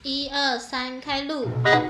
1、2、3，开录！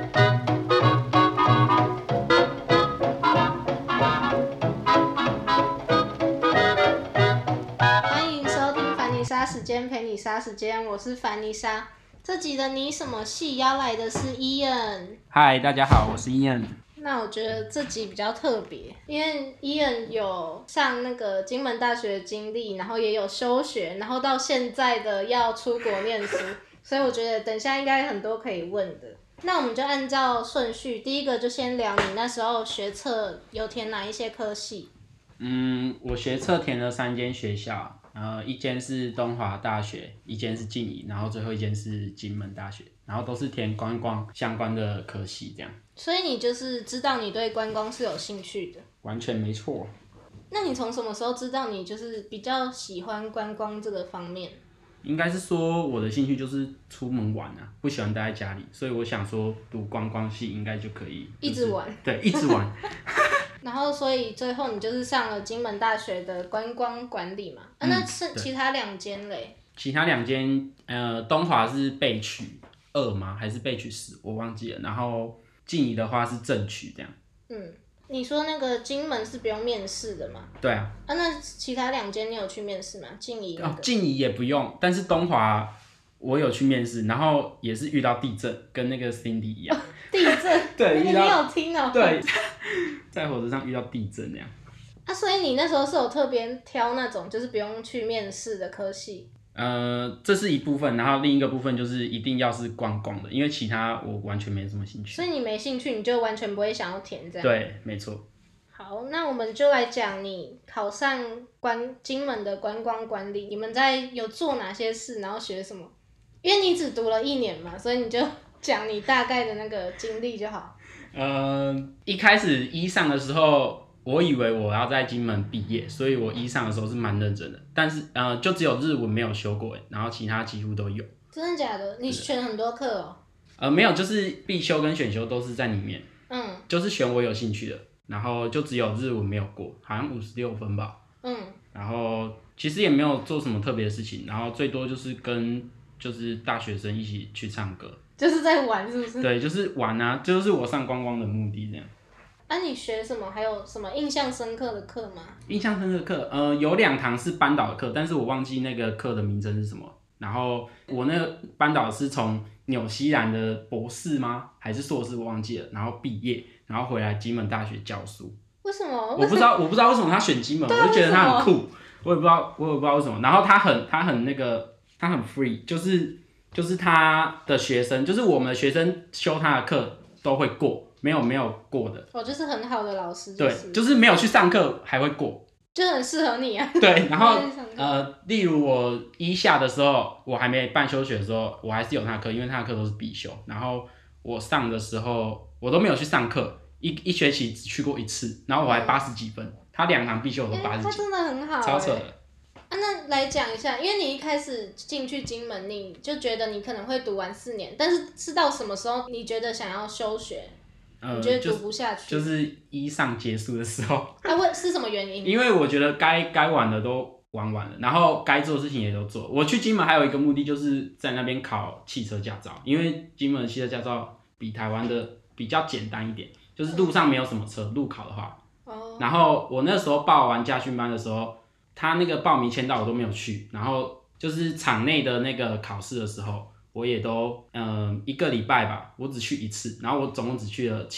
欢迎收听凡妮莎时间，陪你杀时间，我是凡妮莎。这集的你什么戏邀来的是 Ian。 嗨，大家好，我是 Ian。 那我觉得这集比较特别，因为 Ian 有上那个金门大学的经历，然后也有休学，然后到现在的要出国念书，所以我觉得等一下应该很多可以问的。那我们就按照顺序，第一个就先聊你那时候学测有填哪一些科系？ 我学测填了3间学校，一间是东华大学，一间是静宜，然后最后一间是金门大学，然后都是填观光相关的科系，这样。 所以你就是知道你对观光是有兴趣的？ 完全没错。 那你从什么时候知道你就是比较喜欢观光这个方面？ 应该是说我的兴趣就是出门玩啊，不喜欢待在家里，所以我想说读观光系应该就可以、 一直玩。 对，一直玩。 然后，所以最后你就是上了金门大学的观光管理嘛？那是其他2间嘞？ 其他2间，东华是备取2吗？还是备取10？我忘记了。然后静宜的话是正取这样。 你说那个金门是不用面试的吗？ 对啊。 那其他2间你有去面试吗？静宜静宜也不用，但是东华我有去面试，然后也是遇到地震，跟那个 Cindy 一样。 地震？ 对， 你有听哦？ 对，在火车上遇到地震那样。 所以你那时候是有特别挑那种就是不用去面试的科系？ 这是一部分，然后另一个部分就是一定要是观光的，因为其他我完全没什么兴趣。 所以你没兴趣，你就完全不会想要填这样？ 对，没错。 好，那我们就来讲你考上金门的观光管理，你们有做哪些事，然后学什么？因为你只读了1年嘛，所以你就讲你大概的那个经历就好。 一开始上的时候，我以为我要在金门毕业，所以我上的时候是蛮认真的，但是就只有日文没有修过，然后其他几乎都有。 真的假的？你选很多课哦？ 没有，就是必修跟选修都是在里面。就是选我有兴趣的，然后就只有日文没有过，好像56分吧。然后其实也没有做什么特别的事情，然后最多就是跟大学生一起去唱歌。 就是在玩是不是？ 对，就是玩啊，这就是我上观光的目的这样。 你学什么？还有什么印象深刻的课吗？ 印象深刻的课，有2堂是班导的课，但是我忘记那个课的名称是什么。然后我那个班导是从纽西兰的博士吗？还是硕士？我忘记了。然后毕业，然后回来金门大学教书。 为什么？ 我不知道为什么他选金门，我就觉得他很酷。我也不知道为什么。然后他很 free，就是他的学生，就是我们的学生修他的课都会过，没有过的。 就是很好的老师。 对，就是没有去上课还会过。 就很适合你啊。 对，然后例如我下的时候，我还没办休学的时候，我还是有他的课，因为他的课都是必修。然后我上的时候，我都没有去上课，一学期只去过1次，然后我还80几分，他2堂必修我都80几， 他真的很好， 超扯的。 那来讲一下，因为你一开始进去金门，你就觉得你可能会读完4年，但是到什么时候你觉得想要休学？你觉得读不下去？ 就是上结束的时候。 是什么原因？ 因为我觉得该玩的都玩完了，然后该做的事情也都做。我去金门还有一个目的，就是在那边考汽车驾照，因为金门的汽车驾照比台湾的比较简单一点，就是路上没有什么车，路考的话。然后我那时候报完驾训班的时候，他那个报名签到我都没有去，然后就是场内的那个考试的时候，我也都1个礼拜吧，我只去1次，然后我总共只去了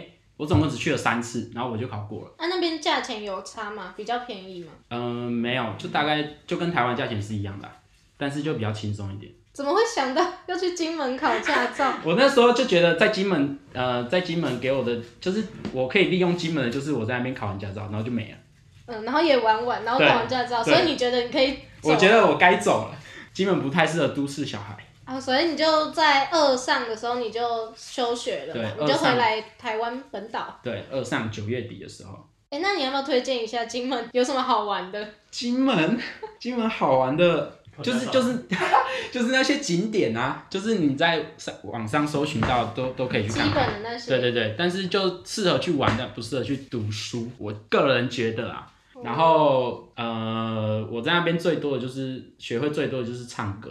3次，然后我就考过了。 那边价钱有差吗？比较便宜吗？ 没有，就大概就跟台湾价钱是一样的，但是就比较轻松一点。 怎么会想到要去金门考驾照？ 我那时候就觉得在金门给我的就是我可以利用金门的，就是我在那边考完驾照，然后就没了。 然后也玩，然后考完驾照，所以你觉得你可以走？ 我觉得我该走了，金门不太适合都市小孩。 所以你就在2上的时候你就休学了嘛？你就回来台湾本岛。 对，2上9月底的时候。 那你要不要推荐一下金门有什么好玩的？ 金门好玩的，就是那些景点啊，就是你在网上搜寻到都可以去看。 基本的那些。 对，但是就适合去玩的，不适合去读书。我个人觉得啊。然后我在那边最多的就是学会最多的就是唱歌。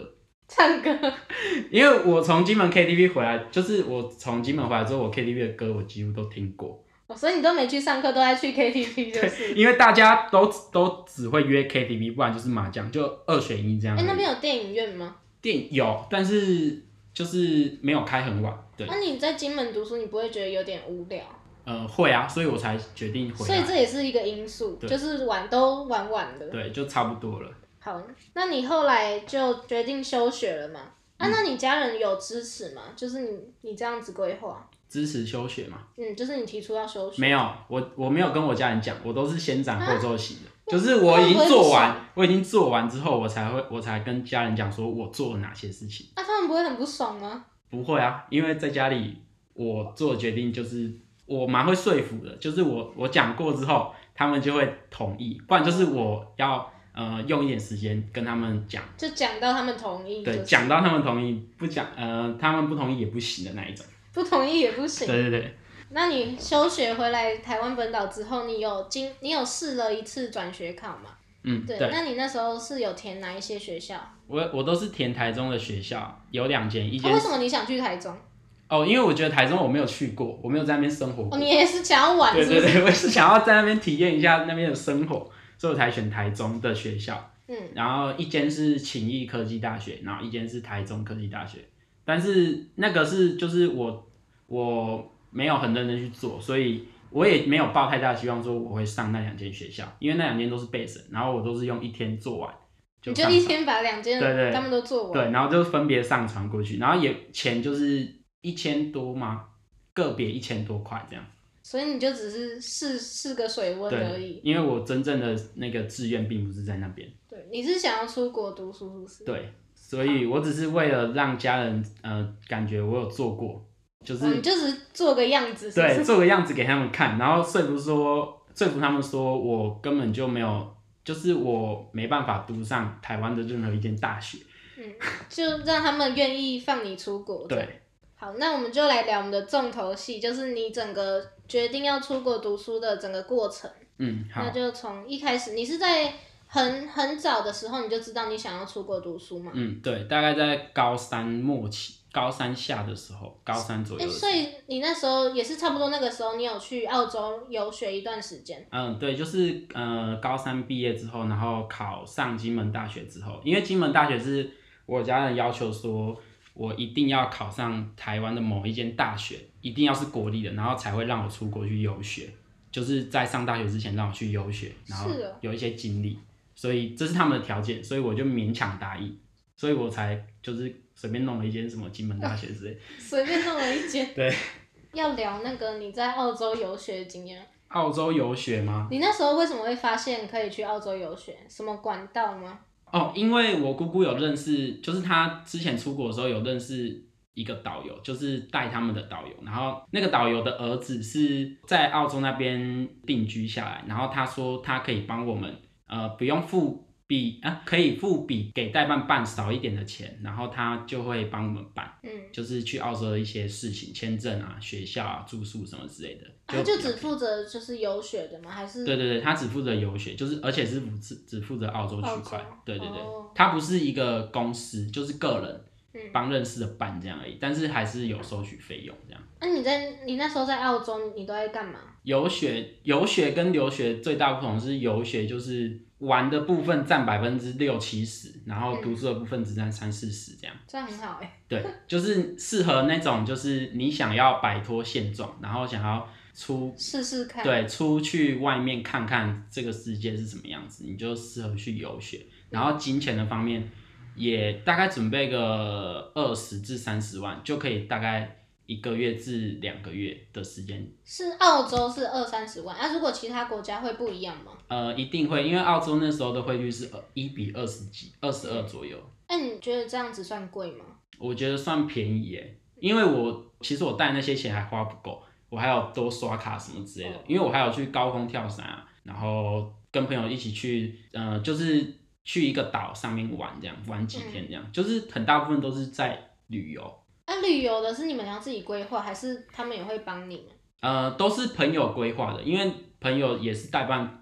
唱歌。 因为我从金门 KTV 回来，就是我从金门回来之后，我 KTV 的歌我几乎都听过。 所以你都没去上课，都在去 KTV 就是。 因为大家都只会约 KTV， 不然就是麻将，就2选1这样。 那边有电影院吗？ 电影有，但是就是没有开很晚。对。 那你在金门读书，你不会觉得有点无聊？ 会啊，所以我才决定回来。 所以这也是一个因素，就是都玩完了。 对，就差不多了。 好，那你后来就决定休学了嘛？那你家人有支持吗？就是你这样子规划。 支持休学嘛？ 就是你提出要休学。 没有，我没有跟我家人讲，我都是先斩后奏型的。就是我已经做完之后，我才跟家人讲说我做了哪些事情。 他们不会很不爽吗？ 不会啊，因为在家里我做的决定就是我蛮会说服的，就是我讲过之后，他们就会同意，不然就是我要用一点时间跟他们讲， 就讲到他们同意。 对，讲到他们同意，不讲他们不同意也不行的那一种。 不同意也不行。 对对对。 那你休学回来台湾本岛之后，你有试了一次转学考吗？对。那你那时候是有填哪一些学校？ 我都是填台中的学校，有2间，一间。 为什么你想去台中？ 因为我觉得台中我没有去过，我没有在那边生活过。 你也是想要玩是不是？ 对对对，我是想要在那边体验一下那边的生活，所以我才选台中的学校。然后一间是勤益科技大学，然后一间是台中科技大学。但是那个就是我没有很认真去做，所以我也没有抱太大的希望说我会上那2间学校，因为那2间都是备审，然后我都是用1天做完。 你就1天把2间他们都做完。 对，然后就分别上传过去，然后也钱就是1000多嘛，个别1000多块这样。 所以你就只是试个水温而已。 因为我真正的那个志愿并不是在那边。 对，你是想要出国读书是不是？ 对，所以我只是为了让家人感觉我有做过，就是你就只是做个样子是不是？ 对，做个样子给他们看，然后说服他们说我根本就没有，就是我没办法读上台湾的任何一间大学。 就让他们愿意放你出国。 对。 好，那我们就来聊我们的重头戏，就是你整个决定要出国读书的整个过程。 好。 那就从一开始，你是在很早的时候你就知道你想要出国读书吗？ 对，大概在高3末期，高3下的时候，高3左右的时候。 所以你那时候也是差不多那个时候，你有去澳洲游学一段时间？ 对，就是高3毕业之后，然后考上金门大学之后，因为金门大学是我家人要求说，我一定要考上台湾的某一间大学，一定要是国立的，然后才会让我出国去游学，就是在上大学之前让我去游学，然后有一些经历，所以这是他们的条件，所以我就勉强答应，所以我才就是随便弄了一间什么金门大学之类。 随便弄了一间。 对。 要聊那个你在澳洲游学的经验。 澳洲游学吗？ 你那时候为什么会发现可以去澳洲游学？什么管道吗？ 因为我姑姑有认识，就是她之前出国的时候有认识一个导游，就是带他们的导游，然后那个导游的儿子是在澳洲那边定居下来，然后他说他可以帮我们，不用可以付比给代办少一点的钱，然后他就会帮我们办，就是去澳洲的一些事情，签证啊、学校啊、住宿什么之类的。 他就只负责就是游学的吗？还是？ 对对对，他只负责游学，而且是只负责澳洲区块。对对对，他不是一个公司，就是个人帮认识的办这样而已，但是还是有收取费用这样。 那你那时候在澳洲，你都在干嘛？ 游学跟留学最大不同是游学就是玩的部分占60%-70%，然后读书的部分只占30-40%这样。 这样很好对，就是适合那种就是你想要摆脱现状，然后想要试试看。 对，出去外面看看这个世界是什么样子，你就适合去游学。然后金钱的方面也大概准备个20-30万，就可以大概1个月至2个月的时间。 是澳洲是20-30万，如果其他国家会不一样吗？ 一定会，因为澳洲那时候的汇率是1:20几，22左右。 你觉得这样子算贵吗？ 我觉得算便宜耶，因为其实我带那些钱还花不够，我还有多刷卡什么之类的，因为我还有去高空跳伞啊，然后跟朋友一起去，就是去一个岛上面玩，这样玩几天这样，就是很大部分都是在旅游。 旅游的是你们要自己规划，还是他们也会帮你们？ 都是朋友规划的，因为朋友也是代办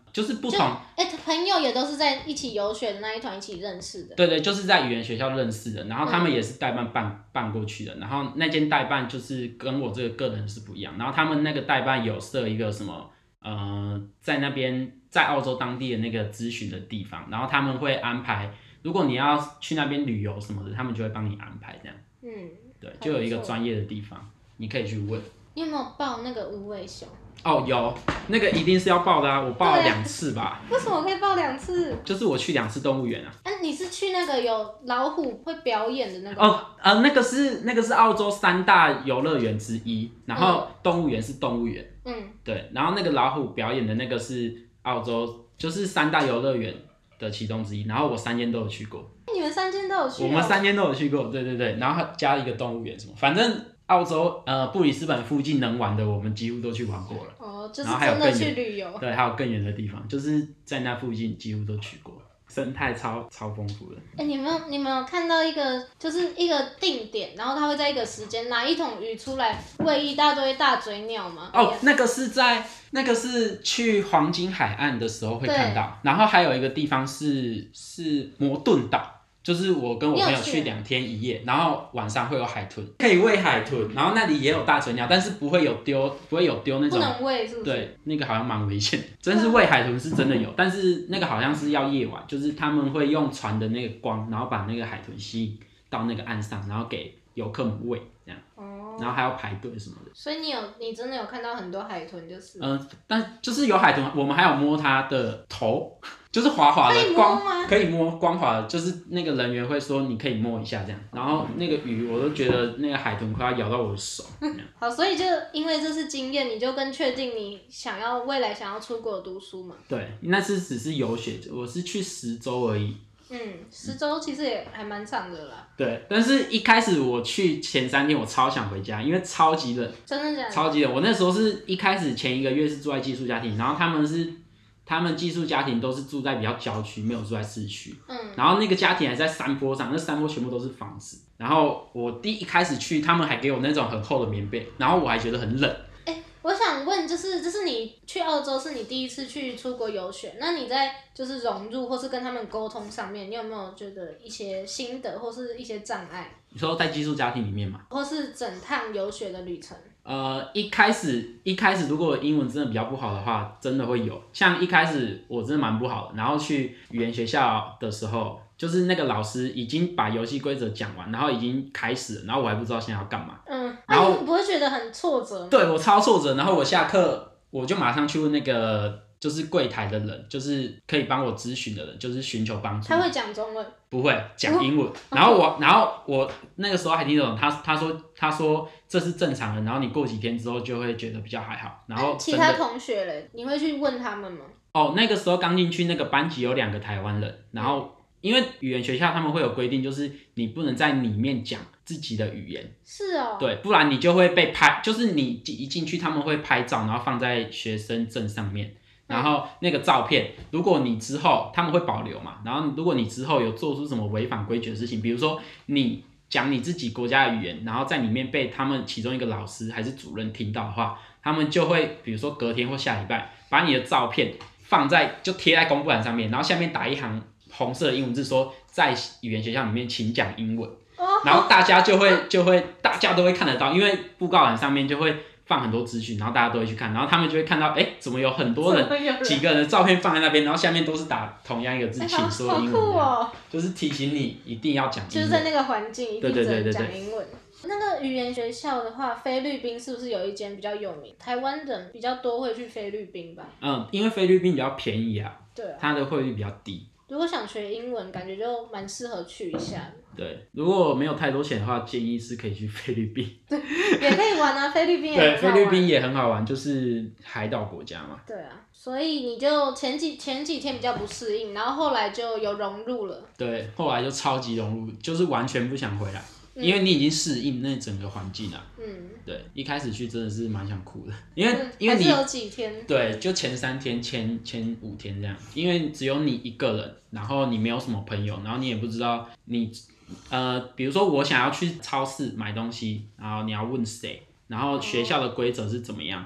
就是不同。 朋友也都是在一起游学的那一团一起认识的。 对对，就是在语言学校认识的，然后他们也是代办办过去的，然后那间代办就是跟我这个个人是不一样，然后他们那个代办有设一个什么在那边在澳洲当地的那个咨询的地方，然后他们会安排，如果你要去那边旅游什么的，他们就会帮你安排这样。对，就有一个专业的地方，你可以去问。 你有没有抱那个无尾熊？ 哦，有，那个一定是要报的啊，我报了2次吧。 为什么可以报2次？ 就是我去2次动物园啊。 你是去那个有老虎会表演的那个？ 那个是澳洲3大游乐园之一，然后动物园是动物园。对，然后那个老虎表演的那个是澳洲就是3大游乐园的其中之一，然后我3间都有去过。 你们3间都有去？ 我们3间都有去过，对对对，然后加一个动物园什么，反正澳洲布里斯本附近能玩的，我们几乎都去玩过了。 就是真的去旅游。 对，还有更远的地方，就是在那附近几乎都去过，生态超丰富的。 你们有看到一个就是一个定点，然后它会在一个时间拿一桶鱼出来喂一大堆大嘴鸟吗？ 那个是去黄金海岸的时候会看到，然后还有一个地方是摩顿岛。就是我跟我朋友去2天1夜，然后晚上会有海豚，可以喂海豚，然后那里也有大嘴鸟，但是不会有丢那种， 不能喂是不是？ 对，那个好像蛮危险的，真是喂海豚是真的有，但是那个好像是要夜晚，就是他们会用船的那个光，然后把那个海豚吸引到那个岸上，然后给游客们喂这样。然后还要排队什么的。 所以你真的有看到很多海豚就是但就是有海豚，我们还有摸它的头，就是滑滑的， 可以摸吗？ 可以摸，光滑的，就是那个人员会说你可以摸一下这样。然后那个鱼，我都觉得那个海豚快要咬到我的手。 好，所以就因为这次经验，你就更确定你未来想要出国读书嘛？ 对，那次只是游学，我是去10周而已。 10周其实也还蛮长的啦。 对，但是一开始我去前3天，我超想回家，因为超级冷。 真的假的？ 超级冷。我那时候是一开始前1个月是住在寄宿家庭，然后他们寄宿家庭都是住在比较郊区，没有住在市区。然后那个家庭还在山坡上，那山坡全部都是房子。然后我一开始去，他们还给我那种很厚的棉被，然后我还觉得很冷。 我想问，就是你去澳洲是你第一次去出国游学，那你在就是融入或是跟他们沟通上面，你有没有觉得一些心得或是一些障碍？ 你说在寄宿家庭里面吗？ 或是整趟游学的旅程？ 一开始如果英文真的比较不好的话，真的会有。像一开始我真的蛮不好的，然后去语言学校的时候，就是那个老师已经把游戏规则讲完，然后已经开始了，然后我还不知道现在要干嘛。 然后你不会觉得很挫折吗？ 对，我超挫折，然后我下课我就马上去问那个就是柜台的人，就是可以帮我咨询的人，就是寻求帮助。 他会讲中文？ 不会，讲英文。然后我那个时候还听得懂，他说这是正常的，然后你过几天之后就会觉得比较还好。然后其他同学嘞，你会去问他们吗？ 那个时候刚进去，那个班级有2个台湾人，然后因为语言学校他们会有规定，就是你不能在里面讲自己的语言。 是哦。 对，不然你就会被拍，就是你一进去他们会拍照，然后放在学生证上面。然后那个照片，如果你之后他们会保留嘛，然后如果你之后有做出什么违反规矩的事情，比如说你讲你自己国家的语言，然后在里面被他们其中一个老师还是主任听到的话，他们就会比如说隔天或下礼拜把你的照片就贴在公布栏上面，然后下面打一行红色的英文字说在语言学校里面请讲英文，然后大家大家都会看得到，因为布告栏上面就会放很多资讯，然后大家都会去看，然后他们就会看到，怎么有很多人几个人的照片放在那边，然后下面都是打同样一个字，请说英文， 好酷哦， 就是提醒你一定要讲英文， 就是在那个环境一定只能讲英文。那个语言学校的话，菲律宾是不是有一间比较有名？台湾人比较多会去菲律宾吧？ 因为菲律宾比较便宜啊， 对啊， 它的汇率比较低。 如果想学英文，感觉就蛮适合去一下的。 对，如果没有太多钱的话，建议是可以去菲律宾。 对，也可以玩啊，菲律宾也很好玩。 对，菲律宾也很好玩，就是海岛国家嘛。 对啊，所以你就前几天比较不适应，然后后来就有融入了。 对，后来就超级融入，就是完全不想回来。因为你已经适应那整个环境了。对，一开始去真的是蛮想哭的，因为你还是有几天。 对，就前3天、前5天这样，因为只有你一个人，然后你没有什么朋友，然后你也不知道比如说我想要去超市买东西，然后你要问谁，然后学校的规则是怎么样，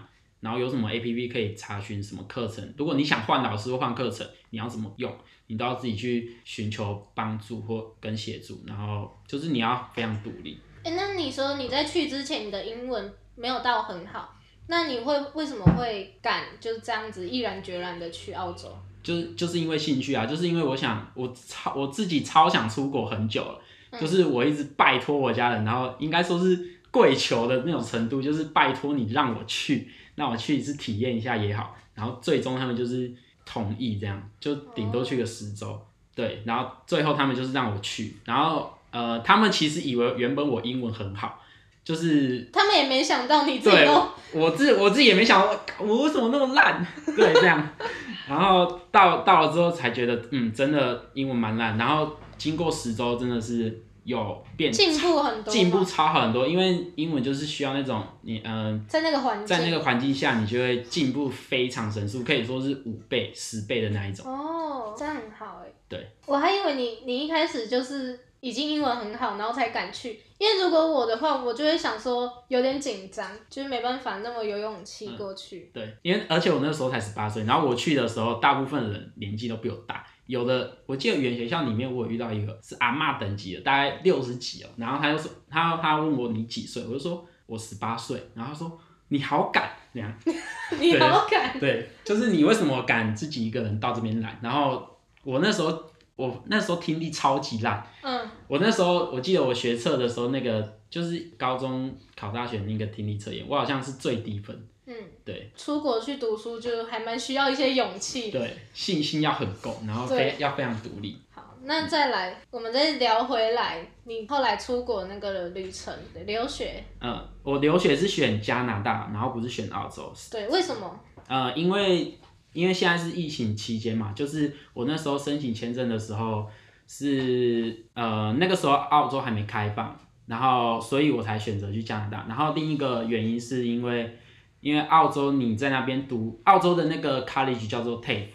然后有什么 APP 可以查询什么课程。如果你想换老师或换课程，你要怎么用，你都要自己去寻求帮助或跟协助，然后就是你要非常独立。 那你说你在去之前你的英文没有到很好，那你为什么会敢就是这样子毅然决然的去澳洲？ 就是因为兴趣啊，就是因为我自己超想出国很久了，就是我一直拜托我家人，然后应该说是跪求的那种程度，就是拜托你让我去一次体验一下也好，然后最终他们就是同意这样，就顶多去个10周，对，然后最后他们就是让我去，然后他们其实以为原本我英文很好。就是他们也没想到你自己都， 我自己也没想到我为什么那么烂，对，这样，然后到了之后才觉得，真的英文蛮烂，然后经过10周真的是有进步很多， 进步超好很多，因为英文就是需要那种你在那个环境下，你就会进步非常神速，可以说是5倍、10倍的那一种。 哦，这样很好哎。 对， 我还以为你一开始就是已经英文很好，然后才敢去。因为如果我的话，我就会想说有点紧张，就是没办法那么有勇气过去。 对，因为而且我那时候才18岁，然后我去的时候，大部分人年纪都比我大。有的，我记得语言学校里面我有遇到一个是阿嬷等级的，大概60几哦，然后他就说他问我你几岁，我就说我18岁，然后他说你好敢那样， 你好敢， 对，就是你为什么敢自己一个人到这边来？然后我那时候听力超级烂，我那时候我记得我学测的时候，那个就是高中考大学那个听力测验，我好像是最低分。对， 出国去读书就还蛮需要一些勇气， 对，信心要很够，然后要非常独立。 好，那再来，我们再聊回来，你后来出国那个旅程留学。 我留学是选加拿大，然后不是选澳洲。 对，为什么？ 因为现在是疫情期间嘛，就是我那时候申请签证的时候是那个时候澳洲还没开放，然后所以我才选择去加拿大。然后另一个原因是因为澳洲你在那边读澳洲的那个 college 叫做 TAFE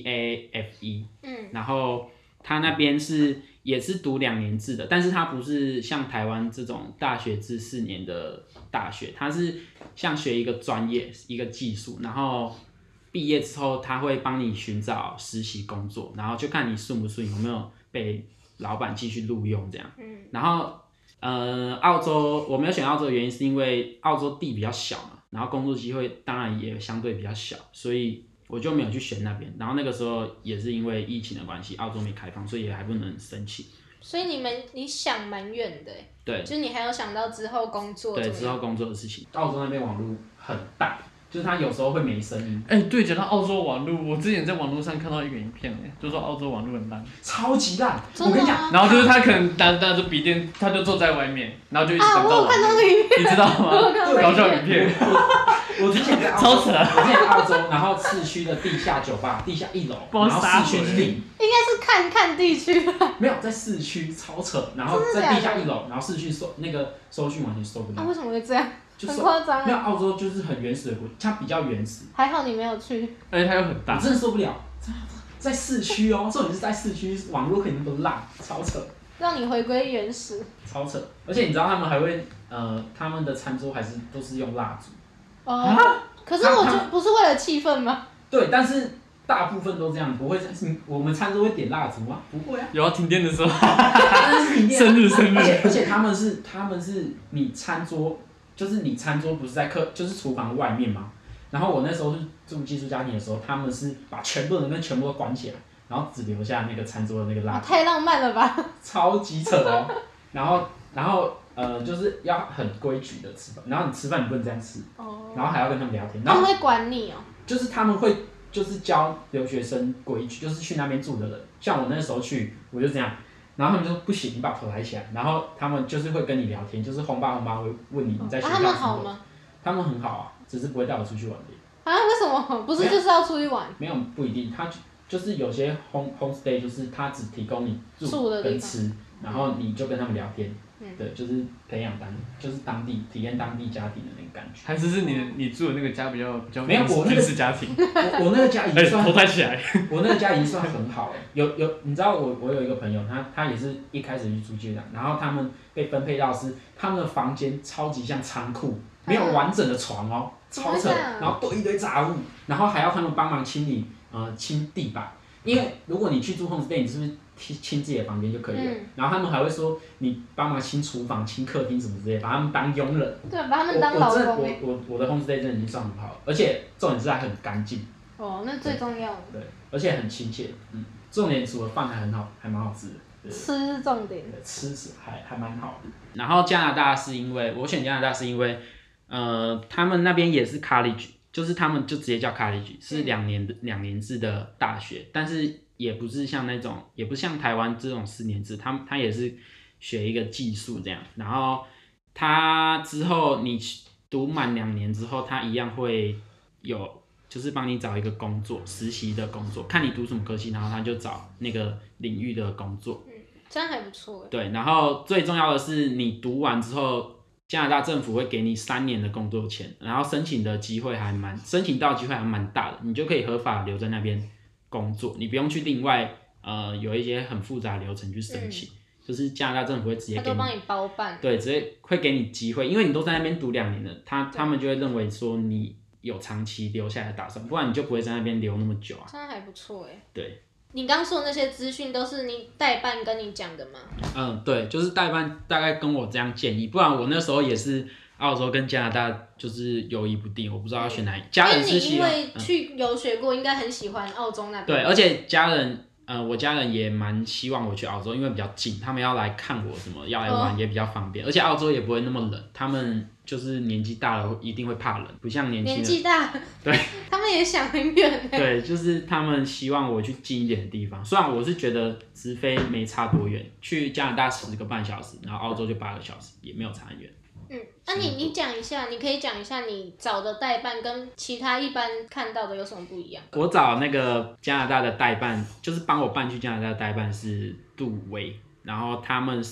TAFE，然后他那边也是读2年制的，但是它不是像台湾这种大学制4年的大学，它是像学一个专业一个技术，然后毕业之后他会帮你寻找实习工作，然后就看你顺不顺，有没有被老板继续录用这样。然后澳洲我没有选澳洲的原因是因为澳洲地比较小嘛。然后工作机会当然也相对比较小，所以我就没有去选那边。然后那个时候也是因为疫情的关系，澳洲没开放，所以也还不能申请。 所以你想蛮远的， 对， 就是你还有想到之后工作， 对，之后工作的事情。澳洲那边网络很大，就是它有时候会没声音。 对，讲到澳洲网络，我之前在网络上看到一个影片，就说澳洲网络很烂， 超级烂。我跟你讲， 然后就是他可能拿着笔电，他就坐在外面，然后就一直等到我有看到那个影片， 你知道吗？搞笑影片。 我之前在澳洲，然后市区的地下酒吧，地下1楼，然后市区是0， 应该是看地区吧？ 没有，在市区超扯，然后在地下1楼，然后市区收讯完全收不到。 为什么会这样？很夸张。 没有，澳洲就是很原始的国，它比较原始。 还好你没有去。 而且它又很大。 我真的受不了，在市区哦，重点是在市区，网络可以那么烂，超扯。 让你回归原始。 超扯，而且你知道他们还会他们的餐桌都是用蜡烛。 可是我就不是为了气氛吗？对， 但是大部分都这样，不会。我们餐桌会点蜡烛吗？不会啊。 有停电的时候。 生日。而且他们是你餐桌，就是你餐桌不是在就是厨房外面吗？然后我那时候是住寄宿家庭的时候，他们是把全部人全部都关起来，然后只留下那个餐桌的那个蜡烛。 太浪漫了吧！ 超级扯哦。然后就是要很规矩的吃饭，然后你吃饭你不能这样吃，然后还要跟他们聊天。 他们会管你哦。 就是他们会就是教留学生规矩，就是去那边住的人，像我那时候去，我就这样，然后他们就不行，你把头抬起来，然后他们就是会跟你聊天，就是红爸会问你在学校。 他们好吗？ 他们很好啊，只是不会带我出去玩的。 为什么？不是就是要出去玩？ 没有，不一定，他就是有些 home stay 就是他只提供你住跟吃。 然后你就跟他们聊天， 嗯对，就是培养就是当地体验当地家庭的那个感觉。 还是你住的那个家比较没有我那个原始家庭， 我那个家已经算头抬起来， 我那个家已经算很好了。你知道我有一个朋友，他也是一开始去住街长，然后他们被分配到是他们的房间超级像仓库，没有完整的床哦，超扯，然后堆一堆杂物，然后还要他们帮忙清理清地板，因为如果你去住 homestay， 你是不是清自己的房间就可以了？然后他们还会说你帮忙清厨房、清客厅什么之类，把他们当佣人。 对，把他们当劳工我的 homestay 真的已经算很好了，而且重点是还很干净。 哦，那最重要的。 对，而且很亲切。重点除了饭还很好，还蛮好吃的。 吃是重点。 对，吃是还蛮好的。然后加拿大是因为我选加拿大是因为他们那边也是 college。就是他们就直接叫 college， 是2年制的大学，但是也不是像那种，也不像台湾这种4年制，他也是学一个技术这样，然后他之后你读满2年之后，他一样会有，就是帮你找一个工作，实习的工作，看你读什么科系，然后他就找那个领域的工作。 这样还不错。 对，然后最重要的是你读完之后。加拿大政府会给你3年的工作签，然后申请到机会还蛮大的，你就可以合法留在那边工作，你不用去另外有一些很复杂的流程去申请，就是加拿大政府会直接给你， 他都帮你包办， 对，直接会给你机会，因为你都在那边读2年了，他们就会认为说你有长期留下来的打算，不然你就不会在那边留那么久啊。 这样还不错哎。 对。 你刚说的那些资讯都是你代办跟你讲的吗？ 对，就是代办大概跟我这样建议，不然我那时候也是澳洲跟加拿大就是犹豫不定，我不知道要选哪一。家人是希望， 因为你因为去游学过，应该很喜欢澳洲那边。 对，而且我家人也蛮希望我去澳洲，因为比较近，他们要来看我什么，要来玩也比较方便，而且澳洲也不会那么冷，他们就是年纪大了一定会怕冷，不像年轻人。 年纪大， 对， 他们也想很远。 对，就是他们希望我去近一点的地方，虽然我是觉得直飞没差多远，去加拿大10个半小时，然后澳洲就8个小时，也没有差很远。 那你讲一下，你可以讲一下你找的代办跟其他一般看到的有什么不一样？ 我找那个加拿大的代办，就是帮我办去加拿大的代办是杜威，然后他们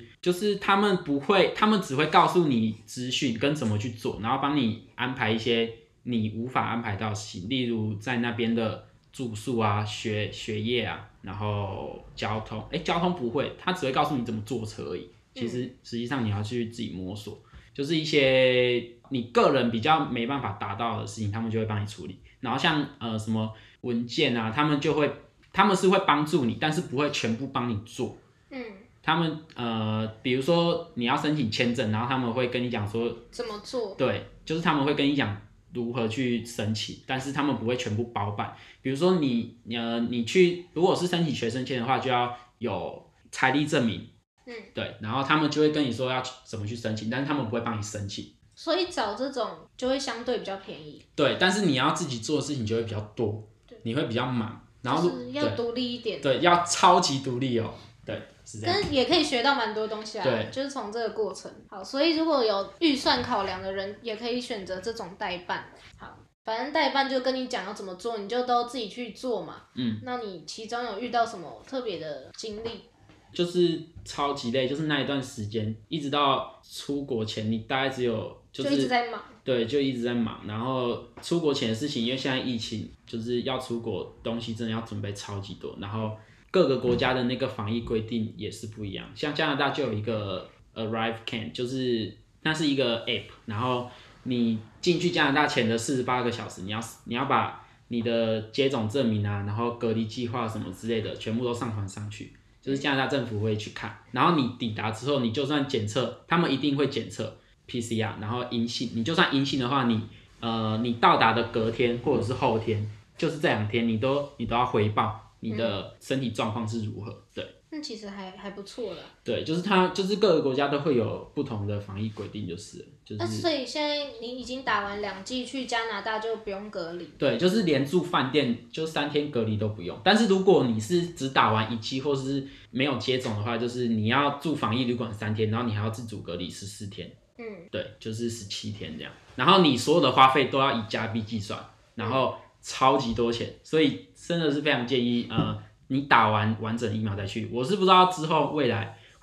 只会告诉你资讯跟怎么去做，然后帮你安排一些你无法安排到的事情，例如在那边的住宿啊、学业啊，然后交通，交通不会，他只会告诉你怎么坐车而已。其实实际上你要去自己摸索，就是一些你个人比较没办法达到的事情，他们就会帮你处理。然后像什么文件啊，他们是会帮助你，但是不会全部帮你做。他们比如说你要申请签证，然后他们会跟你讲说怎么做。对， 就是他们会跟你讲如何去申请，但是他们不会全部包办。比如说你去，如果是申请学生签的话，就要有财力证明。对，然后他们就会跟你说要怎么去申请，但是他们不会帮你申请。 所以找这种就会相对比较便宜。 对，但是你要自己做的事情就会比较多，你会比较忙，然后就是要独立一点。 对，要超级独立哦。对，是这样。 但也可以学到蛮多东西啊。 对， 就是从这个过程。好，所以如果有预算考量的人，也可以选择这种代办。好，反正代办就跟你讲要怎么做，你就都自己去做嘛。那你其中有遇到什么特别的经历？ 就是超级累，就是那一段时间，一直到出国前，你大概只有就一直在忙。 对，就一直在忙。然后出国前的事情，因为现在疫情，就是要出国东西真的要准备超级多，然后各个国家的那个防疫规定也是不一样。像加拿大就有一个 Arrive Can， 就是那是一个 app， 然后你进去加拿大前的48个小时，你要把你的接种证明啊，然后隔离计划什么之类的，全部都上传上去。就是加拿大政府会去看，然后你抵达之后，你就算检测，他们一定会检测 PCR， 然后阴性，你就算阴性的话，你到达的隔天或者是后天，就是这2天，你都要回报你的身体状况是如何。对， 那其实还不错啦。 对，就是各个国家都会有不同的防疫规定，就是了。 那所以现在你已经打完2剂，去加拿大就不用隔离。 对，就是连住饭店就3天隔离都不用。但是如果你是只打完1剂或是没有接种的话，就是你要住防疫旅馆3天，然后你还要自主隔离14天。对，就是17天这样。然后你所有的花费都要以加币计算，然后超级多钱，所以真的是非常建议你打完完整疫苗再去。我是不知道之后未来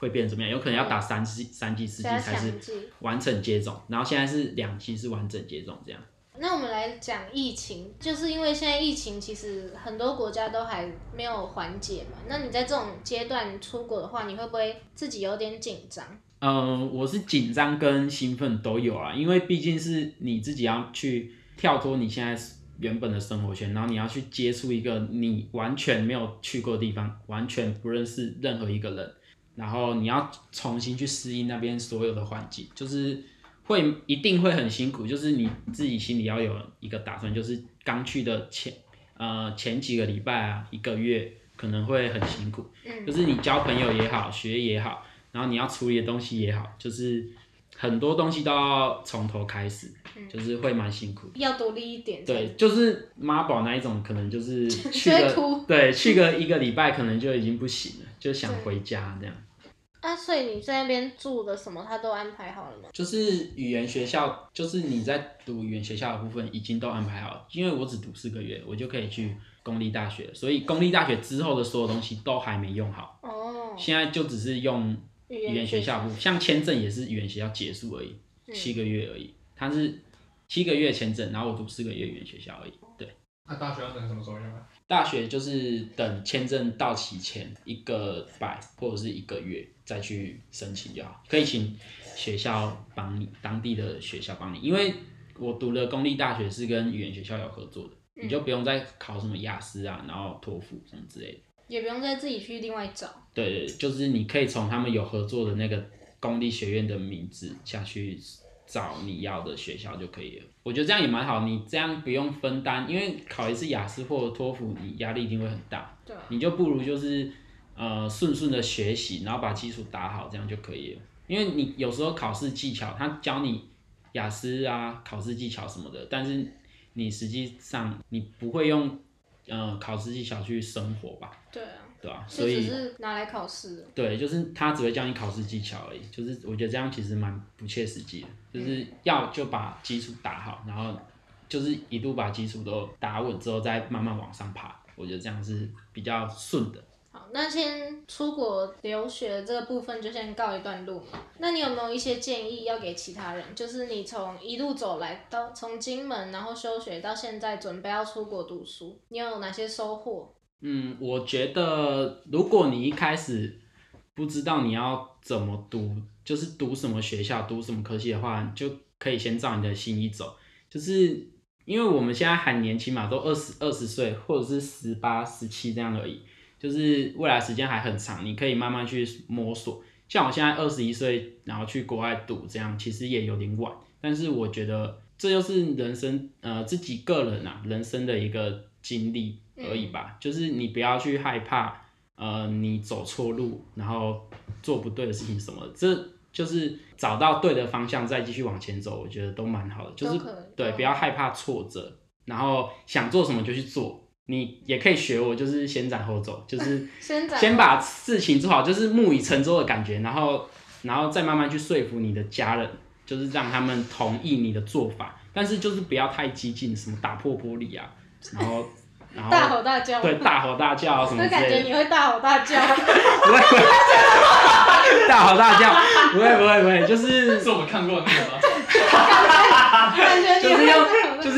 会变成怎么样，有可能要打3剂、4剂才是完整接种，然后现在是2剂是完整接种这样。 那我们来讲疫情，就是因为现在疫情其实很多国家都还没有缓解嘛。那你在这种阶段出国的话，你会不会自己有点紧张？ 我是紧张跟兴奋都有啦，因为毕竟是你自己要去跳脱你现在原本的生活圈，然后你要去接触一个你完全没有去过的地方，完全不认识任何一个人，然后你要重新去适应那边所有的环境，就是一定会很辛苦，就是你自己心里要有一个打算，就是刚去的前几个礼拜啊，1个月可能会很辛苦，就是你交朋友也好，学业也好，然后你要处理的东西也好，就是很多东西都要从头开始，就是会蛮辛苦， 要独立一点。 对，就是妈宝那一种，可能就是去个1个礼拜，可能就已经不行了，就想回家这样。 所以你在那边住的什么，他都安排好了吗？ 就是语言学校，就是你在读语言学校的部分已经都安排好了，因为我只读4个月，我就可以去公立大学，所以公立大学之后的所有东西都还没用好。现在就只是用语言学校部分，像签证也是语言学校结束而已，7个月而已，它是7个月签证，然后我读4个月语言学校而已。对。 那大学要等什么时候用啊？ 大学就是等签证到期前1个礼拜或者是1个月再去申请就好，可以请学校帮你，当地的学校帮你，因为我读的公立大学是跟语言学校有合作的，你就不用再考什么雅思啊，然后托福什么之类的， 也不用再自己去另外找。 对，就是你可以从他们有合作的那个公立学院的名字下去找你要的学校就可以了。我觉得这样也蛮好，你这样不用分担，因为考一次雅思或者托福，你压力一定会很大。 对。 你就不如就是顺顺的学习，然后把基础打好，这样就可以了。因为你有时候考试技巧，他教你雅思啊、考试技巧什么的，但是你实际上你不会用考试技巧去生活吧？ 对啊。 对吧？所以只是拿来考试的。 对，就是他只会教你考试技巧而已，就是我觉得这样其实蛮不切实际的，就是要就把基础打好，然后就是一路把基础都打稳之后，再慢慢往上爬，我觉得这样是比较顺的。 好，那先出国留学这个部分就先告一段落嘛。那你有没有一些建议要给其他人？就是你一路走来，从金门然后休学到现在准备要出国读书，你有哪些收获？ 我觉得如果你一开始不知道你要怎么读，就是读什么学校、读什么科系的话，就可以先照你的心意走。就是因为我们现在还年轻嘛，都20岁或者是18、17这样而已，就是未来时间还很长，你可以慢慢去摸索。像我现在21岁，然后去国外读，这样其实也有点晚，但是我觉得这就是人生自己个人人生的一个经历而已吧，就是你不要去害怕你走错路，然后做不对的事情什么的，这就是找到对的方向再继续往前走，我觉得都蛮好的，就是对，不要害怕挫折，然后想做什么就去做。你也可以学我，就是先斩后奏，就是先把事情做好，就是木已成舟的感觉，然后再慢慢去说服你的家人，就是让他们同意你的做法，但是就是不要太激进，什么打破玻璃啊，然后大吼大叫， 对，大吼大叫什么之类的。 就感觉你会大吼大叫。 不会，大吼大叫，不会，就是是我们看过的那个吗？ 感觉就是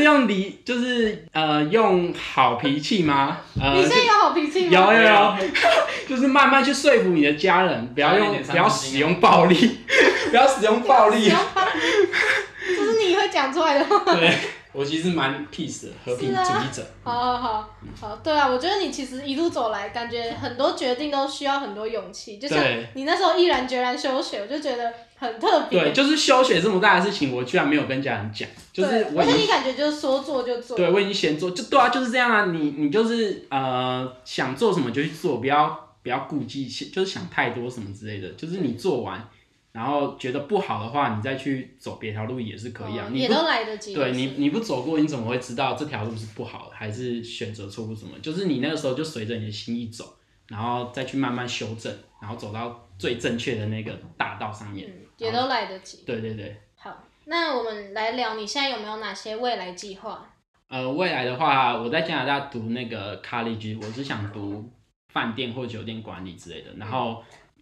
用好脾气吗？ 你现在有好脾气吗？ 有，就是慢慢去说服你的家人，不要使用暴力，不要使用暴力。 这是你会讲出来的话。 对。我其实蛮 peace 的，和平主义者。 好，对啊，我觉得你其实一路走来，感觉很多决定都需要很多勇气，就像你那时候毅然决然休学，我就觉得很特别。 对，就是休学这么大的事情，我居然没有跟家人讲，就是而且你感觉就是说做就做。 对，我已经先做，对啊，就是这样啊，你就是想做什么就去做，不要顾忌，就是想太多什么之类的，就是你做完。然后觉得不好的话，你再去走别条路也是可以啊， 也都来得及。 对你不走过，你怎么会知道这条路是不好的，还是选择错误什么？就是你那个时候就随着你的心意走，然后再去慢慢修正，然后走到最正确的那个大道上面， 也都来得及。 对。 好，那我们来聊，你现在有没有哪些未来计划？ 未来的话，我在加拿大读那个 college， 我是想读饭店或酒店管理之类的，然后。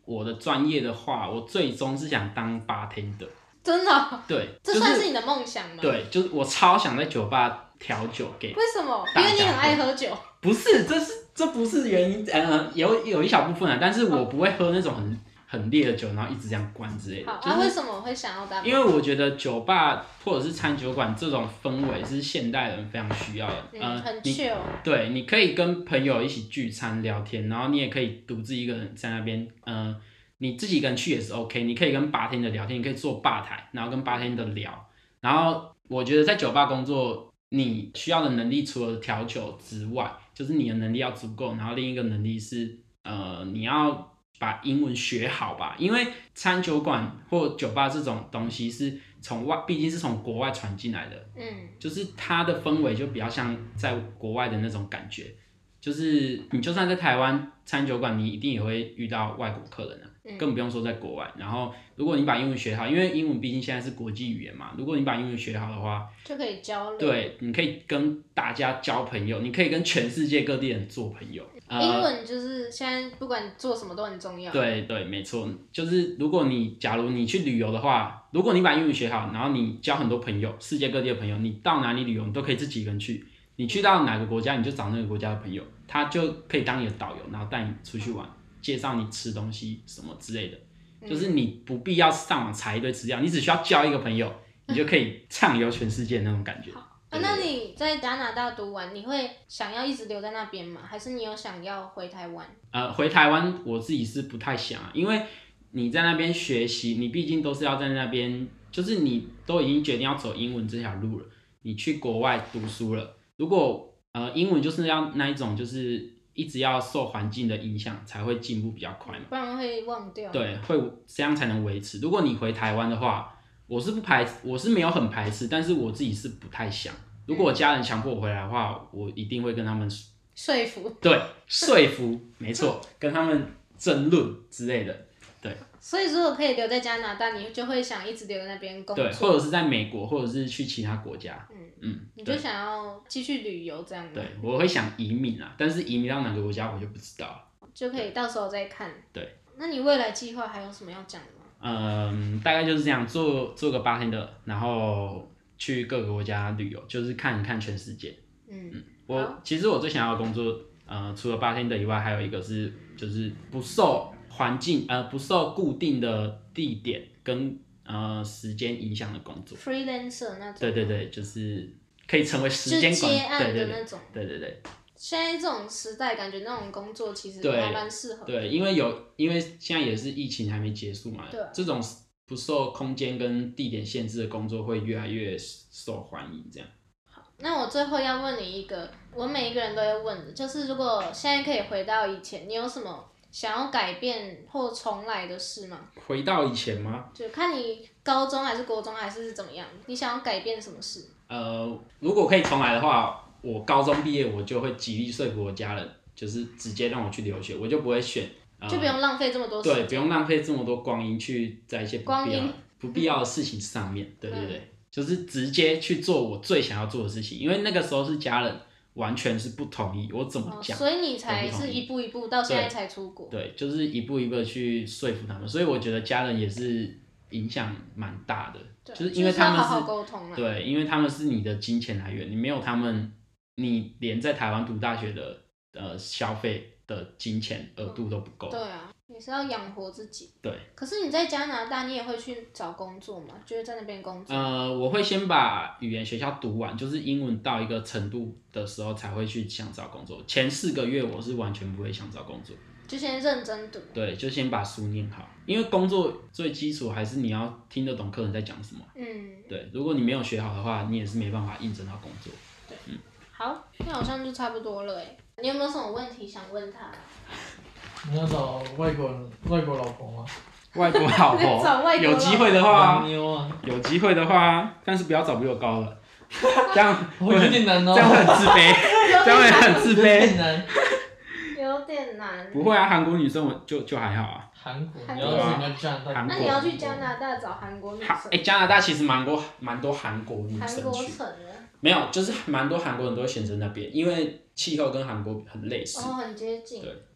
我的专业的话，我最终是想当bartender。 真的哦、 对， 这算是你的梦想吗？ 对，就是我超想在酒吧调酒给。 为什么？ 大家因为你很爱喝酒。 不是，这不是原因，有一小部分啊，但是我不会喝那种很烈的酒，然后一直这样灌之类的。 好， 就是为什么会想要当？ 因为我觉得酒吧或者是餐酒馆这种氛围是现代人非常需要的。 很 chill。 对，你可以跟朋友一起聚餐聊天，然后你也可以独自一个人在那边，你自己一个人去也是 OK， 你可以跟bartender聊天，你可以坐吧台，然后跟bartender聊。然后我觉得在酒吧工作，你需要的能力除了调酒之外，就是你的能力要足够，然后另一个能力是你要把英文学好吧，因为餐酒馆或酒吧这种东西是毕竟是从国外传进来的，就是它的氛围就比较像在国外的那种感觉，就是你就算在台湾餐酒馆，你一定也会遇到外国客人啊，更不用说在国外。然后如果你把英文学好，因为英文毕竟现在是国际语言嘛，如果你把英文学好的话， 就可以交流。 对，你可以跟大家交朋友，你可以跟全世界各地人做朋友。 英文就是现在不管做什么都很重要。 对对，没错，就是假如你去旅游的话，如果你把英文学好，然后你交很多朋友，世界各地的朋友，你到哪里旅游你都可以自己一个人去。你去到哪个国家，你就找那个国家的朋友，他就可以当你的导游，然后带你出去玩，介绍你吃东西什么之类的。就是你不必要上网查一堆资料，你只需要交一个朋友，你就可以畅游全世界那种感觉。 那你在加拿大读完，你会想要一直留在那边吗？还是你有想要回台湾？ 回台湾我自己是不太想啊，因为你在那边学习，你毕竟都是要在那边，就是你都已经决定要走英文这条路了，你去国外读书了，如果英文就是要那一种，就是一直要受环境的影响才会进步比较快嘛， 不然会忘掉。 对，会这样才能维持。如果你回台湾的话，我是没有很排斥，但是我自己是不太想。如果我家人强迫我回来的话，我一定会跟他们说服。 对，说服，没错，跟他们争论之类的，对。 所以如果可以留在加拿大，你就会想一直留在那边工作， 对，或者是在美国，或者是去其他国家， 你就想要继续旅游这样子。 对，我会想移民啊，但是移民到哪个国家我就不知道了， 就可以到时候再看。 对， 那你未来计划还有什么要讲的吗？ 大概就是这样，做个bartender，然后去各个国家旅游，就是看一看全世界。其实我最想要的工作，除了bartender以外，还有一个是就是不受环境不受固定的地点跟时间影响的工作 ，freelancer 那种。 对对对，就是可以成为时间管就接案的那种。 对对对。 现在这种时代，感觉那种工作其实对还蛮适合。 对，因为现在也是疫情还没结束嘛，这种不受空间跟地点限制的工作会越来越受欢迎，这样。 那我最后要问你一个，我每一个人都会问的，就是如果现在可以回到以前，你有什么想要改变或重来的事吗？ 回到以前吗？ 就看你高中还是国中还是怎么样，你想要改变什么事？ 如果可以重来的话，我高中毕业我就会极力说服我家人，就是直接让我去留学，我就不会选， 就不用浪费这么多时间。 对，不用浪费这么多光阴去在一些不必要的事情上面，对对对。就是直接去做我最想要做的事情，因为那个时候是家人完全是不同意，我怎么讲， 所以你才是一步一步到现在才出国。 对，就是一步一步的去说服他们，所以我觉得家人也是影响蛮大的，就是因为他们好好沟通啊。 对，因为他们是你的金钱来源，你没有他们，你连在台湾读大学的消费的金钱额度都不够。 对啊。也是要养活自己。 对。 可是你在加拿大，你也会去找工作吗？就是在那边工作。 我会先把语言学校读完，就是英文到一个程度的时候才会去想找工作。前4个月我是完全不会想找工作， 就先认真读。 对，就先把书念好，因为工作最基础还是你要听得懂客人在讲什么。对，如果你没有学好的话，你也是没办法应征到工作。 对。好，那好像就差不多了哎。你有没有什么问题想问他？ 你要找外国老婆吗？ 外国老婆，有机会的话，有机会的话，但是不要找比我高的，这样有点难哦， 这样会很自卑，这样会很自卑， 有点难。 不会啊，韩国女生我就还好啊。 韩国，你要去加拿大， 那你要去加拿大找韩国女生？ 加拿大其实蛮多韩国女生去。 韩国城的。 没有，就是蛮多韩国人都会选择那边，因为气候跟韩国很类似。 很接近。 对。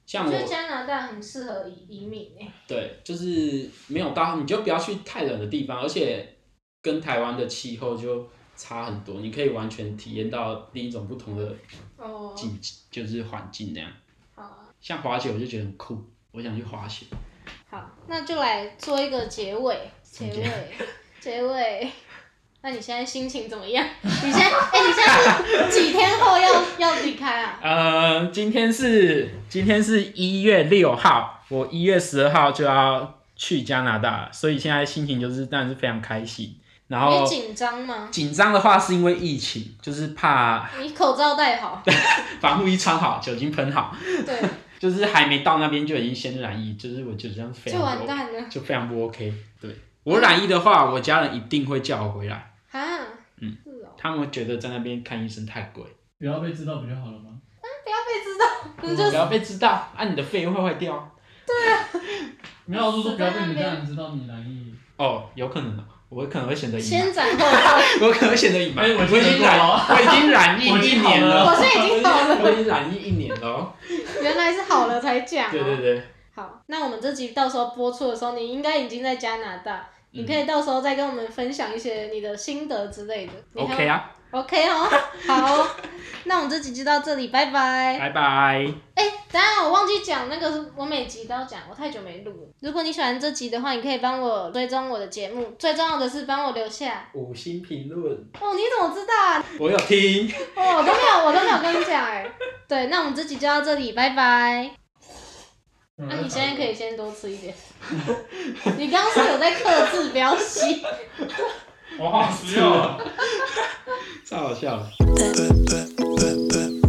像我觉得加拿大很适合移民对，就是没有到，你就不要去太冷的地方，而且跟台湾的气候就差很多，你可以完全体验到另一种不同的就是环境那样。 好啊， 像滑雪我就觉得很酷，我想去滑雪。 好，那就来做一个结尾。那你现在心情怎么样？你现在是几天后要离开啊？ 今天是1月6号，我1月12号就要去加拿大了，所以现在心情当然是非常开心。然后你紧张吗？ 紧张的话是因为疫情，就是怕你口罩戴好， 防护衣穿好，酒精喷好。 对， 就是还没到那边就已经先染疫，就是我觉得这样非常就完蛋了， 就非常不 OK。对，我染疫的话，我家人一定会叫我回来。 啊，是哦， 他们觉得在那边看医生太贵。 不要被知道不就好了吗？ 不要被知道， 不要被知道，你的肺会坏掉。 对啊， 没有，就是说不要被你家人知道你染疫。 哦，有可能我可能会选择隐瞒。 先斩后奏， 我可能会选择隐瞒。我已经染疫1年了。 我现在已经好了。 我已经染疫1年了。 原来是好了才讲。 对。 好，那我们这集到时候播出的时候，你应该已经在加拿大，你可以到时候再跟我们分享一些你的心得之类的。 OK 啊。 OK 哦，好哦，那我们这集就到这里，拜拜。 拜拜。 等一下我忘记讲那个，我每集都要讲，我太久没录了。如果你喜欢这集的话，你可以帮我追踪我的节目，最重要的是帮我留下 5星评论。 哦，你怎么知道啊？ 我有听。 哦，我都没有跟你讲对，那我们这集就到这里，拜拜。那你现在可以先多吃一点。你刚刚是有在克制，不要吸。 我好需要啊。 太好笑了。